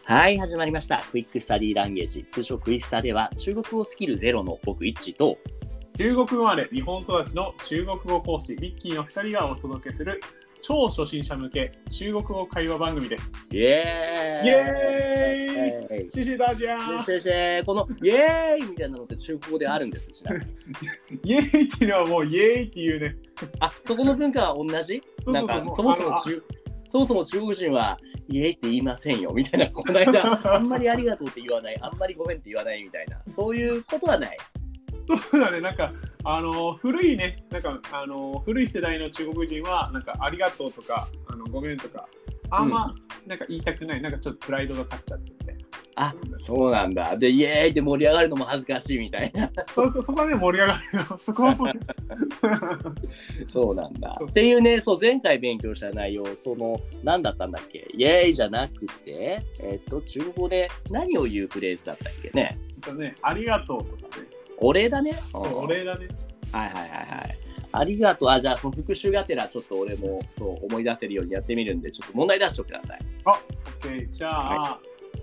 はい、始まりました。クイックスタディランゲージ、通称クイスタでは、中国語スキルゼロの僕、イッチと、 中国生まれ、日本育ちの中国語講師、ミッキーの2人がお届けする超初心者向け中国語会話番組です。 イエーイイエーイシシダジャーシェシェこのイエーイみたいなのって中国語であるんですしな。 イエーイっていうのはもうイエーイっていうね。 あ、そこの文化は同じ？なんかそもそも中国人はイエーイって言いませんよみたいな、この間あんまりありがとうって言わない、あんまりごめんって言わないみたいな、そういうことはない。 そうだね、なんか古いね、なんか古い世代の中国人はなんかありがとうとかごめんとかあんまなんか言いたくない、なんかちょっとプライドが勝っちゃってみたいな。 あ、そうなんだ。でイエーイって盛り上がるのも恥ずかしいみたいな。 そこはね盛り上がるよ。そこはもうそうなんだ。っていうね、そう前回勉強した内容、何だったんだっけ？イエーイじゃなくて、中国語で何を言うフレーズだったっけね？ ありがとうとかね。 お礼だね。 お礼だね。 はい。ありがとう。じゃあその復習がてらちょっと俺もそう思い出せるようにやってみるんで、ちょっと問題出してください。 オッケー。じゃあ、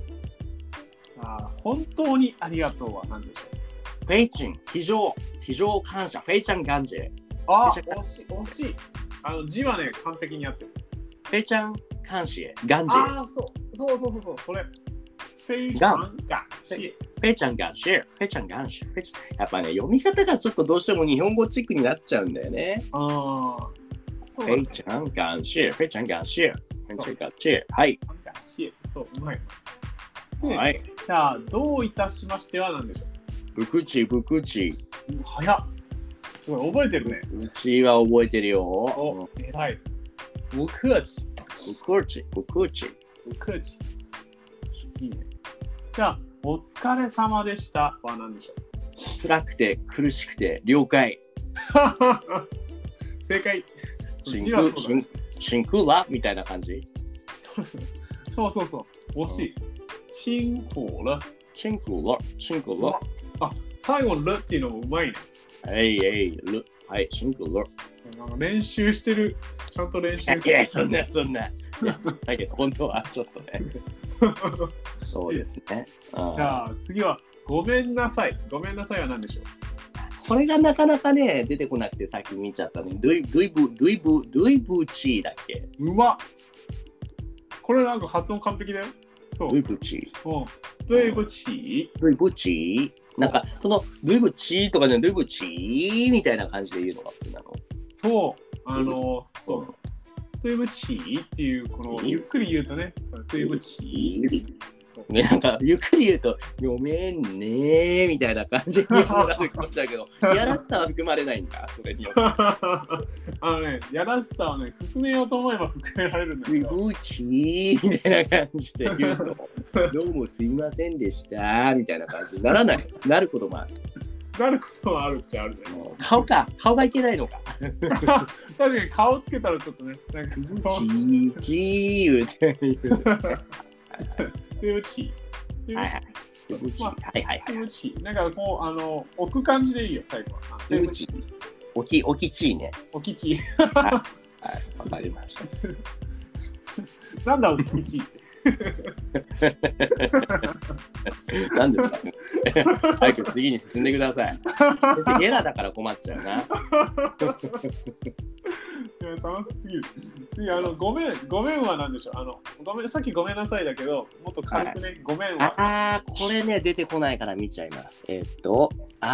本当にありがとうは何でしょう？ フェイチン、非常感謝。フェイチャンガンジェ。 惜しい。字はね、完璧にやってる。 フェイチャン感謝。ガンジェ。 そう。それ。フェイチャン感謝。 フェイチャンガンシェ。やっぱね、読み方がちょっとどうしても日本語チックになっちゃうんだよね。 フェイチャンガンシェ。はい。 そう、うまい。 はい。 じゃあ、どういたしましては何でしょう？ブクチ。 早っ。すごい、覚えてるね。 うちは覚えてるよ。 偉い。不客气。いいね。じゃあ、お疲れ様でしたは何でしょう？ 辛くて苦しくて了解。 正解。 辛苦はみたいな感じ。 そう。惜しい。辛苦了。最後の了っていうのもうまいね。 はい、辛苦了。 練習してる。ちゃんと練習してる。 いや、そんな。だけど、本当はちょっとね。そうですね。 じゃあ、次は、ごめんなさい。ごめんなさいは何でしょう？ これがなかなかね、出てこなくてさっき見ちゃったね。ドゥイブチーだっけ？ うまっ。これなんか発音完璧だよ。そう。 ドゥイブチー。 ドゥイブチー。 なんか、そのドゥイブチーとかじゃない、ドゥイブチーみたいな感じで言うのが普通なの。 そう。そう。ドゥイブチーっていう、このゆっくり言うとね、ドゥイブチー。 ね、なんかゆっくり言うとごめんねみたいな感じになるかもしれないけど、やらしさは含まれないんだ、それによって。 やらしさはね、含めようと思えば含められるんだけど。 うちみたいな感じで言うと、どうもすいませんでしたみたいな感じにならない。なることもある。 なることはあるっちゃあるね。 顔がいけないのか。 確かに顔つけたらちょっとね、なんかチーって言う。 なんかこう置く感じでいいよ、最後は。 置きチーね。 置きチー。はい、わかりました。 なんだ置きチーって。 何ですか？早く次に進んでください。ゲラだから困っちゃうな。 楽しすぎる。次、ごめんは何でしょう？ごめん、さっきごめんなさいだけど、もっと軽くね、ごめんは。 これね、出てこないから見ちゃいます。好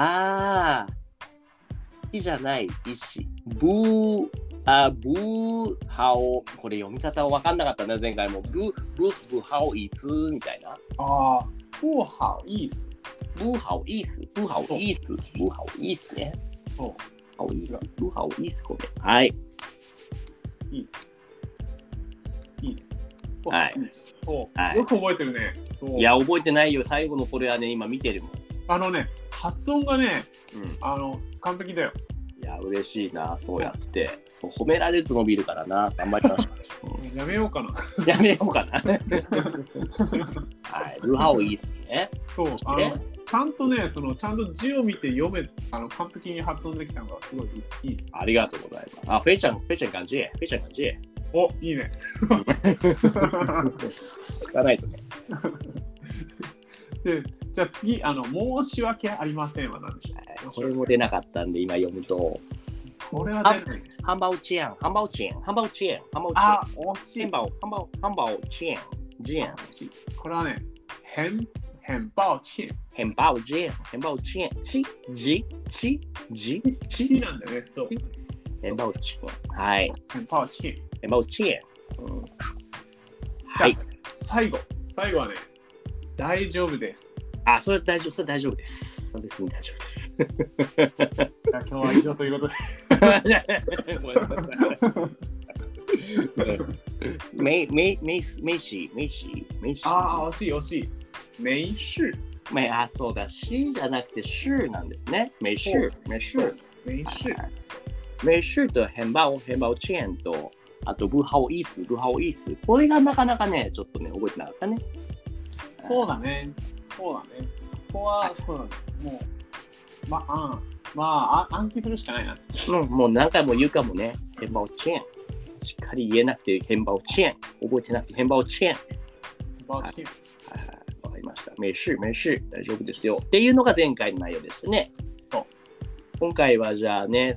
きじゃない意思。ブーハオ。これ読み方分かんなかったね、前回も。ブハオイスみたいな。 ブハオイス。 ブハオイスね。ブハオイス、ごめん。はい。 いい。 はい。 そう。よく覚えてるね。 いや、覚えてないよ。最後のこれはね、今見てるもん。 発音がね、完璧だよ。 いや、嬉しいな、そうやって。褒められると伸びるからな。頑張りましょう。やめようかな。 はい。ルハオいいっすね。 そう。ちゃんとね、ちゃんと字を見て読め、完璧に発音できたのがすごいいい。 ありがとうございます。フェイちゃん感じ。 お、いいね。 つかないとね。 で、じゃあ次、申し訳ありませんは何でしょう。 これも出なかったんで、今読むと。 これは出ない。 ハンバーチェーン、ハンバーチェーン、ハンバーチェーン、ハンバーチェーン。 あ、惜しい。 ハンバーチェーン、ジェーン。 これはね、ヘンバオチェーン。 ヘンバーチェーン、ヘンバーチェーン。 チなんだよね、そう。 ヘンバーチェーン。はい。 ヘンバオチェーン。 ヘンバーチェーン。 はい。最後はね、大丈夫です。 あ、それ大丈夫です。そうですね、大丈夫です。 今日は以上ということで。 没ああ、惜しい。没事。 あ、そうだ、しじゃなくてしなんですね。没事。没事と変貌チェーンと、あと不好意思。これがなかなかね、ちょっとね、覚えてなかったね。 そうだね。ここは、そうだね。もう、暗記するしかないな。 もう何回も言うかもね。変貌チェーン。しっかり言えなくて変貌チェーン。覚えてなくて変貌チェーン。わかりました。没事。大丈夫ですよ。っていうのが前回の内容でしたね。今回はじゃあね、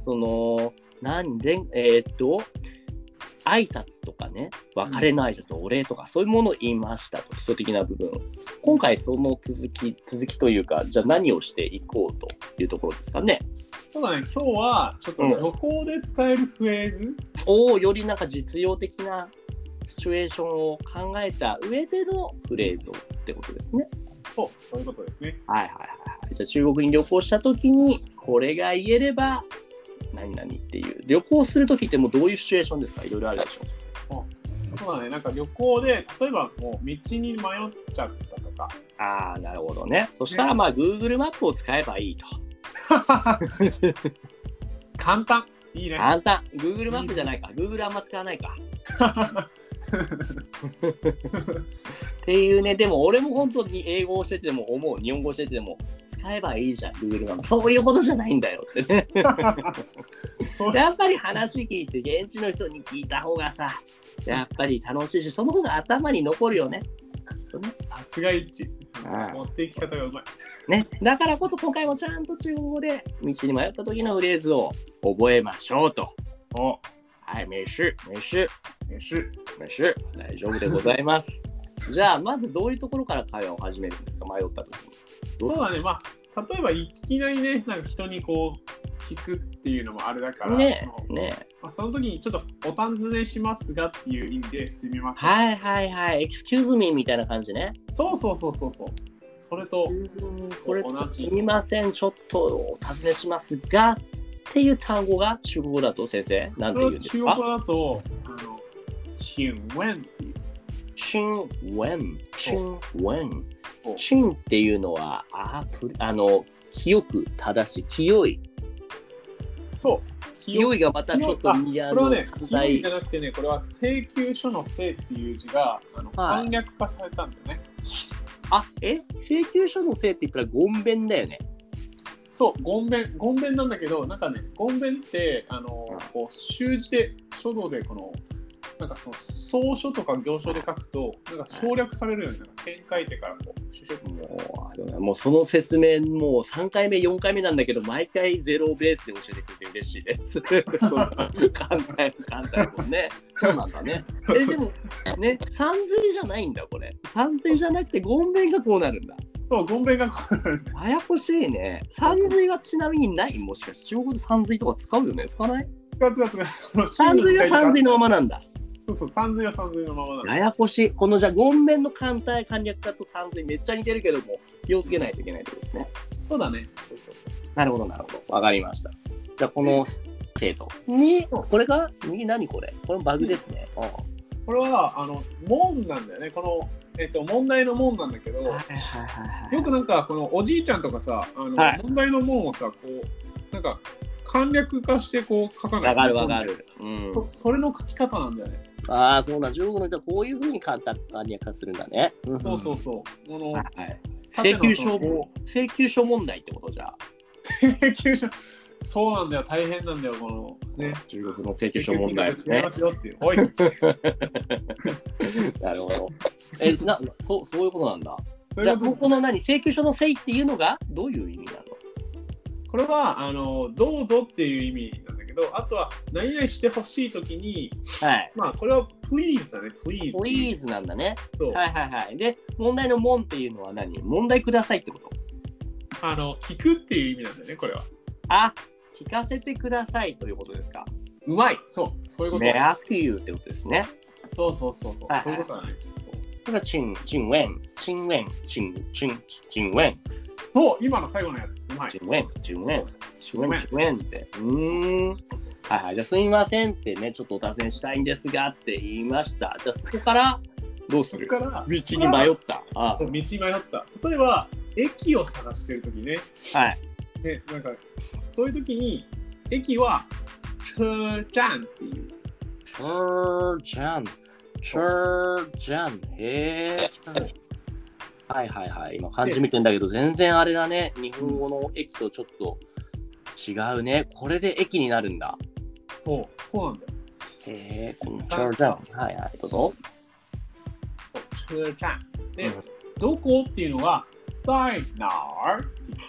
挨拶とかね、別れの挨拶、お礼とか、そういうものを言いましたと、基礎的な部分。今回その続きというか、じゃあ何をしていこうというところですかね。 そうだね、今日はちょっと旅行で使えるフレーズ、 よりなんか実用的なシチュエーションを考えた上でのフレーズをってことですね。 そういうことですね。 はい。じゃあ中国に旅行したときに、これが言えれば、何々っていう。旅行するときってもうどういうシチュエーションですか？いろいろあるでしょう。そうだね。なんか旅行で、例えばもう道に迷っちゃったとか。 ああ、なるほどね。そしたらまあ Google マップを使えばいいと。 簡単。いいね。 簡単。Google マップじゃないか。Google あんま使わないか。っていうね、でも俺も本当に英語を教えてても思う、日本語を教えてても使えばいいじゃん、Google マップ。そういうことじゃないんだよってね。やっぱり話聞いて現地の人に聞いた方がさ、やっぱり楽しいし、その方が頭に残るよね。 さすが一致。持っていき方がうまい。 ね、だからこそ今回もちゃんと中国語で道に迷った時のフレーズを覚えましょうと。はい、没事。大丈夫でございます。じゃあ、まずどういうところから会話を始めるんですか、迷った時に。 そうだね、例えばいきなりね、なんか人にこう聞くっていうのもあれだから、その時にちょっとお尋ねしますがっていう意味ですみません。 はい。excuse me みたいな感じね。 そう。それと同じ。すみません、ちょっとお尋ねしますがっていう単語が中国語だと先生、なんて言うんですか？ 中国語だと、請問っていう。 請問っていうのは、清く正しい、清い。 そう。 清いがまたちょっとこれはね、清いじゃなくてね、これは請求書の請っていう字が簡略化されたんだよね。 請求書の請って言ったら言弁だよね。 そう、言弁なんだけど、なんかね、言弁ってこう習字で書道でなんかその草書とか行書で書くとなんか省略されるように点書いてからこう主食もうその説明もう3回目4回目なんだけど毎回ゼロベースで教えてくれて嬉しいです。簡単もんね。そうなんだね。でもね、三髄じゃないんだこれ。三髄じゃなくて言弁がこうなるんだ。 そう、言弁がこうなる。 ややこしいね。三髄はちなみにない？もしかして中国語で三髄とか使うよね？使わない？三髄は三髄のままなんだ。 そう、三髄は三髄のままなんだ。 ややこしい。このじゃあ言弁の簡略化と三髄めっちゃ似てるけども気をつけないといけないってことですね。 そうだね。そう。 なるほど。わかりました。じゃあこの程度に、これが何これ？これバグですね。 これは門なんだよね。この問題の門なんだけど、よくなんかこのおじいちゃんとかさ、問題の門をさ、こうなんか簡略化してこう書かない。 わかる。 それの書き方なんだよね。 そうなん。中国の人はこういう風に簡略化するんだね。 そう。 請求書問題ってことじゃ。 請求書。そうなんだよ。大変なんだよこのね。 中国の請求書問題ですね。 違いますよっていう。おい。 なるほど。 そういうことなんだ。 そうじゃあ、 いうことここの請求書のせいっていうのがどういう意味なの？ これはどうぞっていう意味なんだけど、あとは何々してほしいときに、 はい。 まあこれは please だね、please。 please なんだね。 そう。 はいはいはい。で、問題の問っていうのは何？問題くださいってこと？ 聞くっていう意味なんだよね、これは。 あ、聞かせてくださいということですか。 うまい。そういうこと。 May I ask you ってことですね。 そう。そういうことだね。そう。 これはチンウェン。 そう、今の最後のやつ。うまい。 チンウェンって。はいはい。じゃあすみませんってね、ちょっとお尋ねしたいんですがって言いました。じゃあそこからどうする？ そこから道に迷った。 そう、道に迷った。例えば、駅を探してるときね。 はい。 ね、なんか、そういうときに、駅は、車站っていう。 車站。へえ。はいはいはい。今漢字見てんだけど、全然あれだね。日本語の駅とちょっと違うね。これで駅になるんだ。 そうなんだよ。 へえ、この車站。はいはい、どうぞ。 そう、車站。で、どこっていうのは、在哪儿っていう。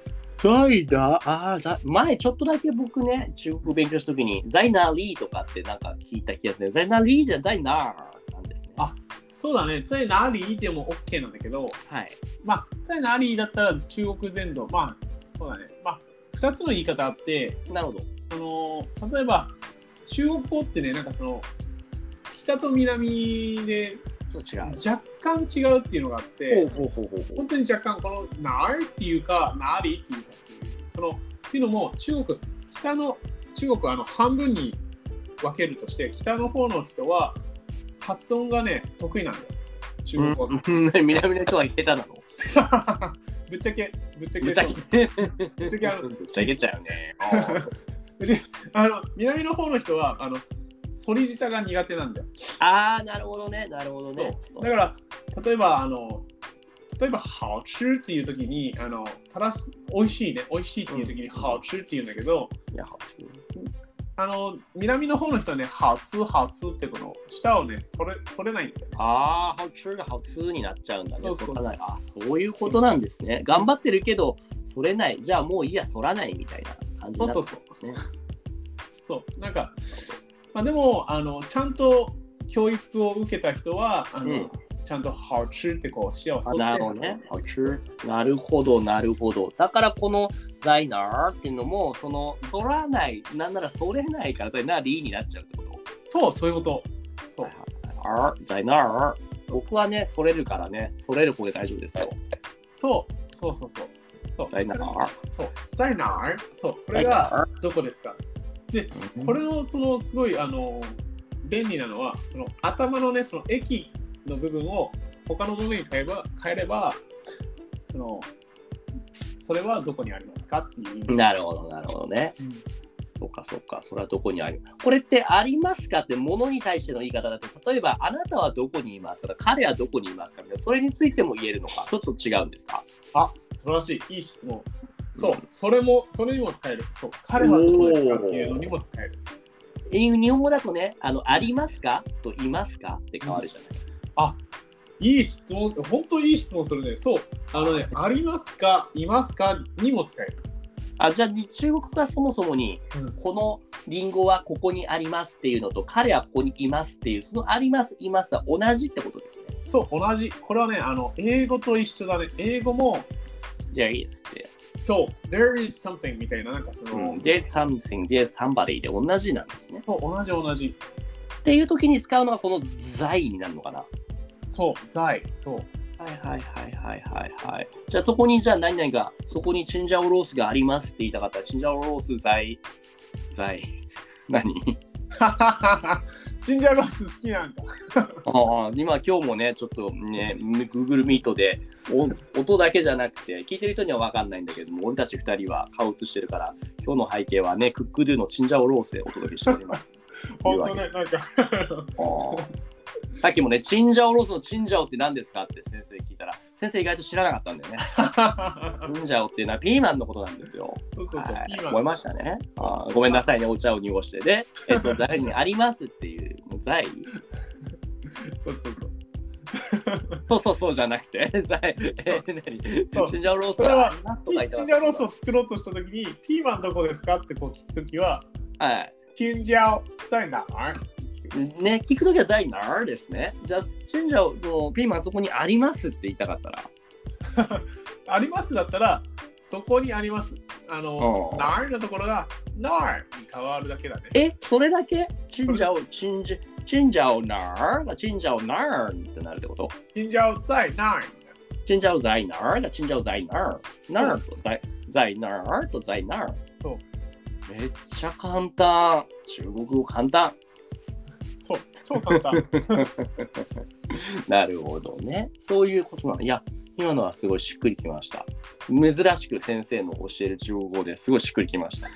前ちょっとだけ僕ね、中国勉強したときに、在哪里とかってなんか聞いた気がする。在哪里じゃ在哪儿なんですね。 あ、そうだね。在哪里でも OK なんだけど、 はい。 まあ、在哪里だったら中国全土、まあ、そうだね。まあ、2つの言い方あって、 なるほど。例えば、中国語ってね、なんか北と南で若干違うっていうのがあって、本当に若干このなーっていうか、なりっていうかっていうのも北の中国は半分に分けるとして、北の方の人は発音がね、得意なんだよ。中国語。 南の人は下手なの？ ぶっちゃけちゃうね。 南の方の人は反り舌が苦手なんだよ。 なるほどね。 だから例えば好吃っていう時に美味しいっていう時に好吃って言うんだけど、南の方の人はね、好吃ってこの舌をね、それないんだよ。 好吃が好吃になっちゃうんだね。そういうことなんですね。頑張ってるけど、それない。じゃあもういいや、そらないみたいな感じになってるね。 そう。なんか、まあ、でもちゃんと教育を受けた人はちゃんと好吃ってこう視野を沿って。 なるほどね。好吃。なるほど。だからこの在哪儿っていうのも、そらない、なんならそれないから在哪里になっちゃうってこと？ そういうこと。そう。 在哪儿。僕はね、それるからね、それる方で大丈夫ですよ。 そう。 在哪儿。 そう。在哪儿。そう。これがどこですか？で、これのすごい便利なのは頭のね駅の部分を他のものに変えればそれはどこにありますかっていう意味。 なるほどね。そうか、それはどこにある。これってありますかってものに対しての言い方だと、例えばあなたはどこにいますか、彼はどこにいますかみたいな、それについても言えるのか、ちょっと違うんですか？ 素晴らしい、いい質問。そう、それにも使える。そう、彼はどこですかっていうのにも使える。 日本語だとね、ありますかといますかって変わるじゃない。 いい質問、本当にいい質問するね。そう、ありますか、いますかにも使える。 じゃあ中国がそもそもに、このリンゴはここにありますっていうのと、彼はここにいますっていう、そのあります、いますは同じってことですね。 そう、同じ。これはね、英語と一緒だね。英語も、 There is って。 そう、there is something みたいな、なんか there's something, there's somebody で同じなんですね。 そう、同じ。 っていう時に使うのがこの在になるのかな。 そう、在、そう。 はい。じゃあそこに何々が、そこにチンジャオロースがありますって言いたかったら、チンジャオロース在、何チンジャオロース好きなんか。 今日もね、ちょっとね、Google Meet で音だけじゃなくて、聞いてる人には分かんないんだけども、俺たち2人は顔映してるから、今日の背景はね、クックドゥのチンジャオロースでお届けしております。 本当ね、なんかさっきもね、チンジャオロースのチンジャオって何ですかって先生聞いたら、先生意外と知らなかったんだよね。チンジャオっていうのはピーマンのことなんですよ。 そう、ピーマン。 思いましたね。ごめんなさいね、お茶を濁して。で、誰にありますっていう、在。 そう。 そうじゃなくて、何チンジャオロースそれはチチンジャオロースを作ろうとしたときに、ピーマンどこですかってこう聞くときは、 はい。 チンジャオ在哪ね、聞くときは在哪儿ですね。じゃあ、チンジャオのピーマンそこにありますって言いたかったら。 ありますだったら、そこにあります。ナーのところがナーに変わるだけだね。 それだけチンジャオナーがチンジャオナーってなるってこと？ チンジャオ在ナー。 チンジャオ在ナーがチンジャオ在ナー。ナーと在ナーと在ナー。 そう。 めっちゃ簡単。中国語簡単。 そう、超簡単。 なるほどね。そういうことなの。いや、今のはすごいしっくりきました。珍しく先生の教える中国語ですごいしっくりきました。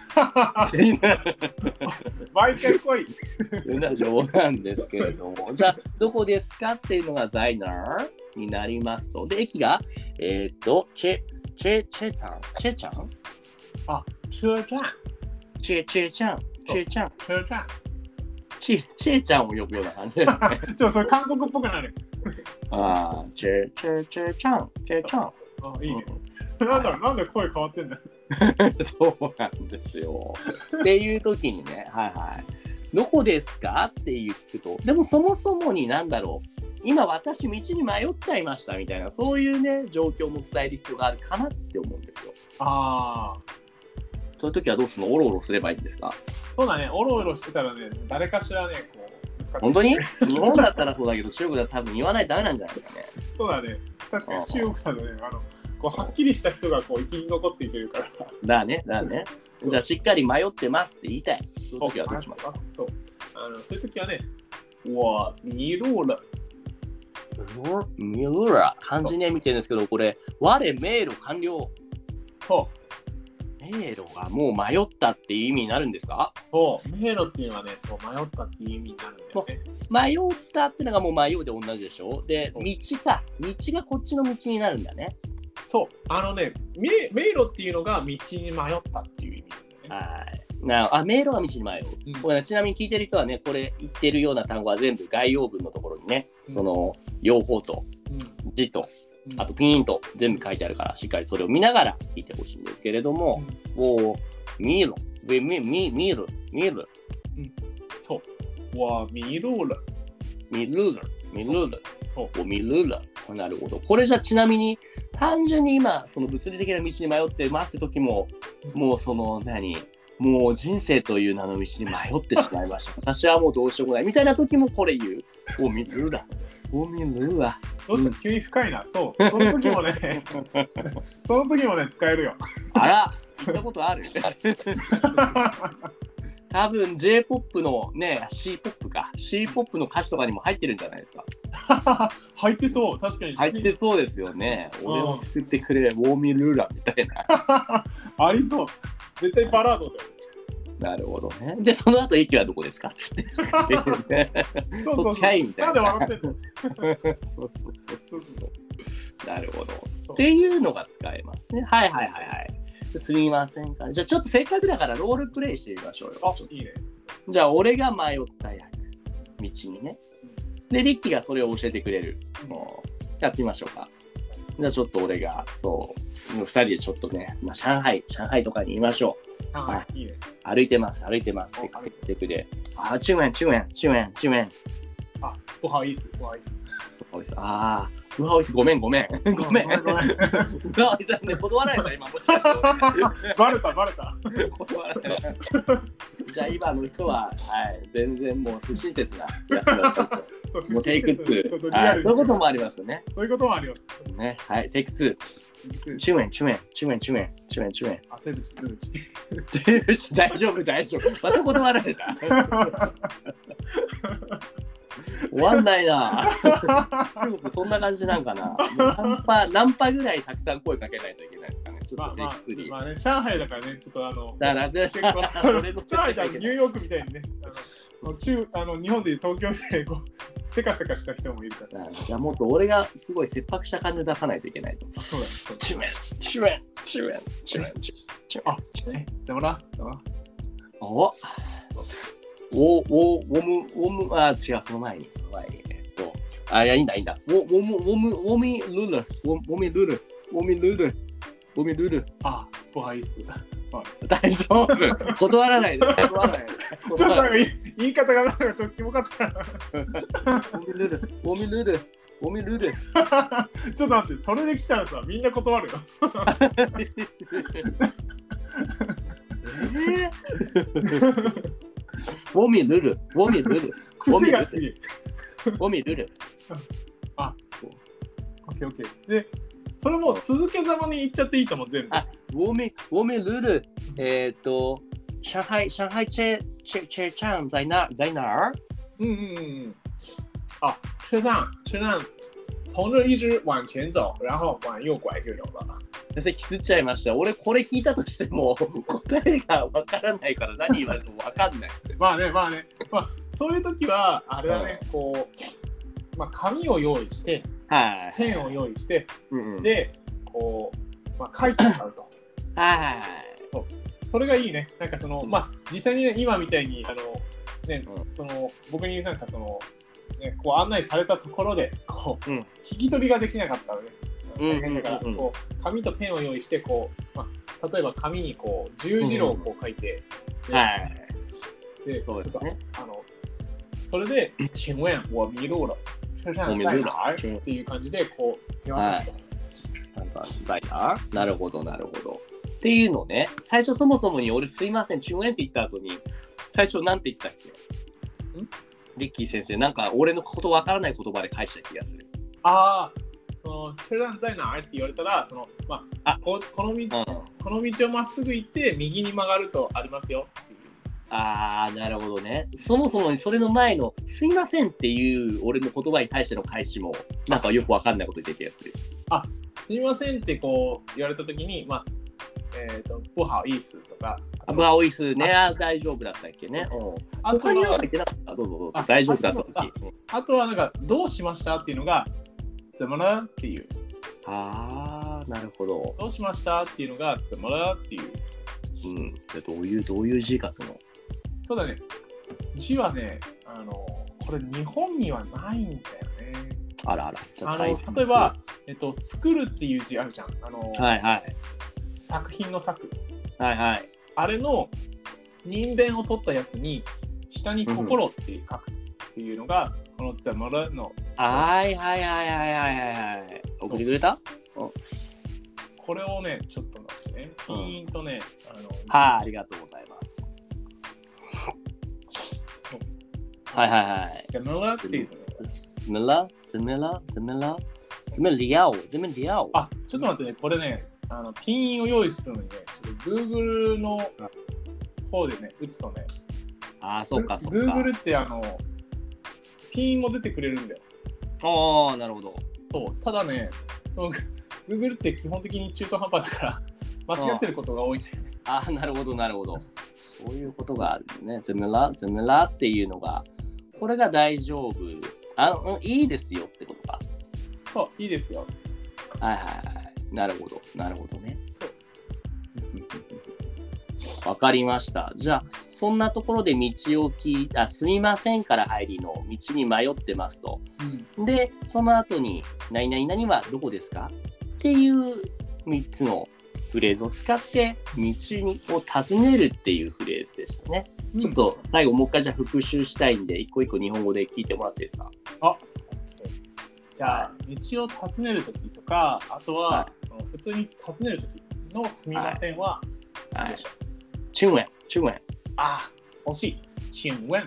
毎回来い。 冗談ですけれども。じゃあ、どこですかっていうのが在哪儿になりますと。で、駅が、チェちゃんあ、車站。 チェちゃん。 車站。 チェちゃんを呼ぶような感じですね。 それ韓国っぽくなる。 チェちゃん。 あ、いいね。なんで声変わってんだよ。 そうなんですよ。っていう時にね、どこですかって言うと、でもそもそもに今私道に迷っちゃいましたみたいな、そういうね、状況も伝える必要があるかなって思うんですよ。そういう時はどうするの？オロオロすればいいんですか？ そうだね、オロオロしてたらね、誰かしらね、こう、 本当に日本だったらそうだけど、中国だったら多分言わないとダメなんじゃないかね。 そうだね、確かに中国だとね、こうはっきりした人がこう生き残っていけるからさ。 だね。じゃあしっかり迷ってますって言いたい。そういう時はどうしますか？ そういう時はね、我迷路了。 迷路了。漢字ね見てるんですけど、これ、我迷路完了。 そう。 迷路がもう迷ったっていう意味になるんですか？ そう、迷路っていうのはね、そう迷ったっていう意味になるんだよね。 迷ったってのがもう迷うで同じでしょ？で、道がこっちの道になるんだね。 そう、迷路っていうのが道に迷ったっていう意味なんだよね。 迷路が道に迷う。これちなみに聞いてる人はね、これ言ってるような単語は全部概要文のところにね、その用法と字と、あとピーンと全部書いてあるから、しっかりそれを見ながら聞いてほしいんですけれども、迷路。 そう。我迷路了。 迷路了。 そう。 我迷路了。なるほど。これじゃちなみに、単純に今、その物理的な道に迷ってますって時も、もうそのもう人生という名の道に迷ってしまいました。私はもうどうしようもない。みたいな時もこれ言う。我迷路了。我迷路了。 どうした？急に深いな。そう。その時もね、使えるよ。 あら、言ったことある多分 J-POP のね、C-POP の歌詞とかにも入ってるんじゃないですか。 入ってそう、確かに。 入ってそうですよね。俺を救ってくれ、ウォーミールーラーみたいな。 ありそう。絶対バラードだよ。 なるほどね。で、その後駅はどこですかって言って。そっちかいみたいな。 なんで笑ってんの？ そう。なるほど。っていうのが使えますね。はい。すみませんか。じゃあちょっとせっかくだからロールプレイしてみましょうよ。 いいね。 じゃあ俺が迷った役、道にね。で、リッキーがそれを教えてくれる。やってみましょうか。じゃあちょっと俺が、2人でちょっとね、上海とかにいましょう。 いいね。 歩いてます。テクで。中園。 不好意思。 不好意思、ごめん。不好意思さんね、断られた、今。もしかしてバレた。 断られた。じゃあ今の人は、全然もう不親切なやつだった。もうテイク2。そういうこともありますよね。 そういうこともあります。 ね、はい、テイク2。中園。手口。大丈夫。また断られた。終わんないな。そんな感じなんかな。何波ぐらいたくさん声かけないといけないですかね。ちょっとテイク3。 まあね、上海だからね、ちょっとだから上海だニューヨークみたいにね、日本でいう東京みたいにせかせかした人もいるから。 じゃあもっと俺がすごい切迫した感じで出さないといけないと。 そうだ。 中園。 怎么了？ 違う、その前に。 あ、いや、いいんだ、いいんだ。ウォミルル。ウォミルル。ウォミルル。ウォミルル。 あ、不好意思。 大丈夫。断らないで。断らないで。 ちょっとなんか言い方がなんかちょっとキモかったな。 ウォミルル。ウォミルル。ウォミルル。 ちょっと待って、それで来たらさ、みんな断るよ。 ウォミルル。ウォミルル。 癖がすぎる。 ウォミルル。 あ、オッケーオッケー。で、それも続けざまに言っちゃっていいと思う、全部。 あ、ウォミルル。上海车站在哪儿？ 啊，车站从这一直往前走，然后往右拐就有了。 先生、気づっちゃいました。俺、これ聞いたとしても、答えがわからないから何言われてもわかんない。 まあね。まあ、そういう時は、あれだね、こう、まあ、紙を用意して、ペンを用意して、で、こう、まあ、書いてもらうと。それがいいね。なんかその、まあ、実際にね、今みたいに、その、僕になんかその、ね、こう案内されたところで、こう、聞き取りができなかったのね。大変だから、こう、紙とペンを用意して、こう、まあ、例えば紙にこう、十字路をこう書いて、で、ちょっと、それで、请问我迷路了。車站在哪儿っていう感じで、こう、手渡すと。 なるほど、なるほど。っていうのね、最初そもそもに俺すいません、チュンエンって言った後に、最初なんて言ったっけ？リッキー先生、なんか俺のことわからない言葉で返した気がする。 ああ、その、車站在哪儿って言われたら、その、まあ、この道をまっすぐ行って右に曲がるとありますよっていう。 ああ、なるほどね。そもそもにそれの前のすいませんっていう俺の言葉に対しての返しもなんかよくわかんないこと言ってる気がする。 あ、すいませんってこう言われたときに、まあ、不好意思とか。 不好意思ね、大丈夫だったっけね。 あとは、 どうぞ、大丈夫だったっけ。 あとはなんか、どうしましたっていうのが、怎么了っていう。 ああ、なるほど。 どうしましたっていうのが、怎么了っていう。 どういう字書くの？ そうだね。字はね、これ日本にはないんだよね。 あら。 例えば、作るっていう字あるじゃん。作品の作。あれの人弁を取ったやつに、下に心って書くっていうのが、この怎么了の。 はい。送ってくれた？ これをね、ちょっと待ってね。ピーンとね、 ありがとうございます。 そう。 怎么了っていうの。怎么了。 あ、ちょっと待ってね、これね、ピンを用意するのにね、ちょっと Google の方でね、打つとね、 そうか。 Google ってピンも出てくれるんだよ。 なるほど。 そう、ただね、Google って基本的に中途半端だから、間違ってることが多い。 なるほど。そういうことがあるね。ゼムラっていうのが、これが大丈夫。いいですよってことか。 そう、いいですよ。 なるほどね。 そう。 わかりました。じゃあ、そんなところで道をすみませんから入りの道に迷ってますと。で、その後に、何々はどこですかっていう3つのフレーズを使って、道を尋ねるっていうフレーズでしたね。ちょっと最後もう一回じゃあ復習したいんで、一個一個日本語で聞いてもらっていいですか？ じゃあ、道を尋ねるときとか、あとは、普通に尋ねるときのすみませんは、 请问。 惜しい。请問。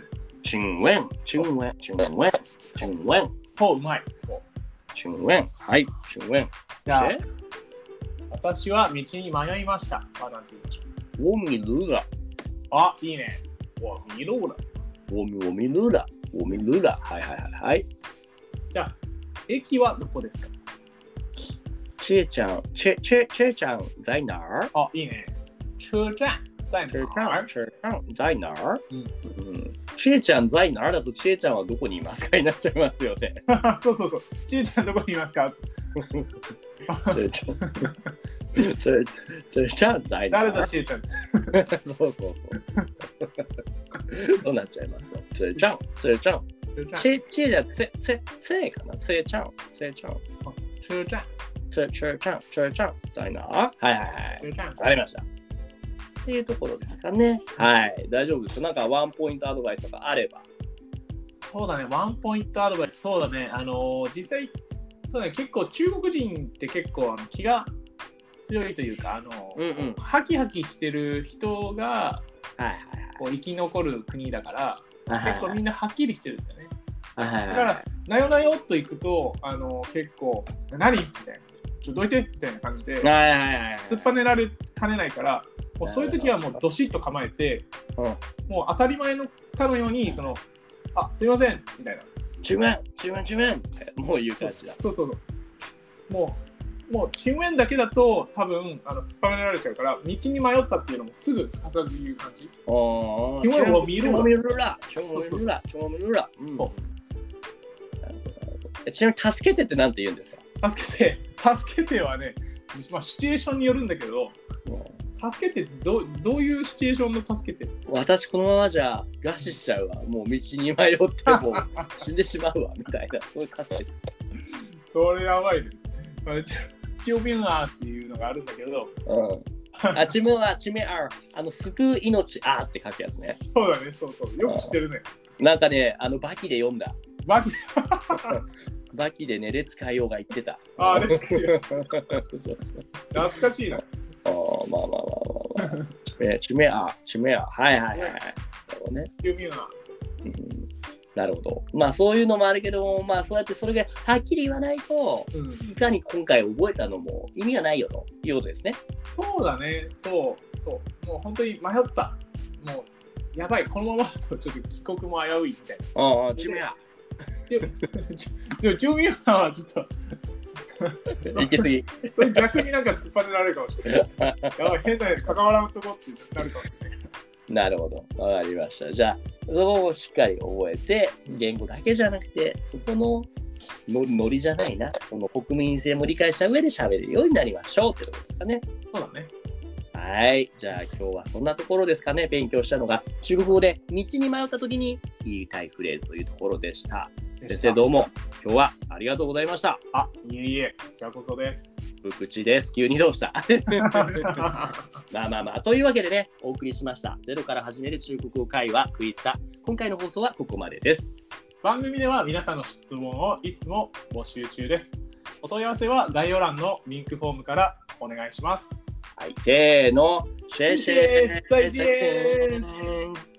うまい。そう。 请問。請問。 じゃあ、私は道に迷いました。なんて言いましょう。 我迷路了。 いいね。我迷路了。 我迷路了。はい。 じゃあ、駅はどこですか？ 車站在哪儿？ いいね。車站在哪儿？ 車站在哪儿だと、車站はどこにいますかになっちゃいますよね。 そう。車站どこにいますか？ 車站在哪儿？ 誰だ車站？ そう。そうなっちゃいます。車站。 車じゃ車かな車站車站車站だいな。はいはいはい。 車站わかりました。っていうところですかね。はい。大丈夫です。なんかワンポイントアドバイスとかあれば。 そうだね、ワンポイントアドバイス、そうだね、実際、そうだね、結構中国人って結構気が強いというか、ハキハキしてる人が、こう生き残る国だから、結構みんなはっきりしてるんだよね。だから、なよなよっと行くと、結構、何みたいな、どいてみたいな感じで、突っぱねられかねないから、もうそういう時はもうどしっと構えて、もう当たり前のかのように、すいませんみたいな。 注文ってもう言う感じだ。 そう。もう注文だけだと多分突っ張められちゃうから、道に迷ったっていうのもすぐすかさず言う感じ。 注文を見るら。ちなみに助けてってなんて言うんですか？ 助けてはね、まあシチュエーションによるんだけど、助けてどういうシチュエーションの助けて？ 私このままじゃ餓死しちゃうわ。もう道に迷ってもう死んでしまうわみたいな。そういう助けて。 それやばいね。救命あっていうのがあるんだけど。 チメア救う命あって書くやつね。 そうだね、そう。よく知ってるね。 なんかね、バキで読んだ。バキでね、列海洋が言ってた。 列海洋。懐かしいな。 まあ。チメア。はい。なるほどね。なるほど。まあそういうのもあるけども、まあそうやってそれがはっきり言わないと、いかに今回覚えたのも意味がないよということですね。 そうだね、そう。もう本当に迷った。もうやばい、このままだとちょっと帰国も危ういみたいな。 チメア。 チメアはちょっと。 行き過ぎ。 それ逆になんか突っ張ねられるかもしれない。やばい、変な関わらんとこってなるかもしれない。 なるほど。わかりました。じゃあ、そこをしっかり覚えて、言語だけじゃなくて、そこのノリじゃないな、その国民性も理解した上で喋れるようになりましょうってところですかね。 そうだね。 はい。じゃあ、今日はそんなところですかね。勉強したのが、中国語で道に迷った時に言いたいフレーズというところでした。先生どうも今日はありがとうございました。 いえ、こちらこそです。 無口です。急にどうしたまあというわけでね、お送りしましたゼロから始める中国語会話クイズタ。今回の放送はここまでです。 番組では皆さんの質問をいつも募集中です。お問い合わせは概要欄のリンクフォームからお願いします。 はい、せーの、 再见。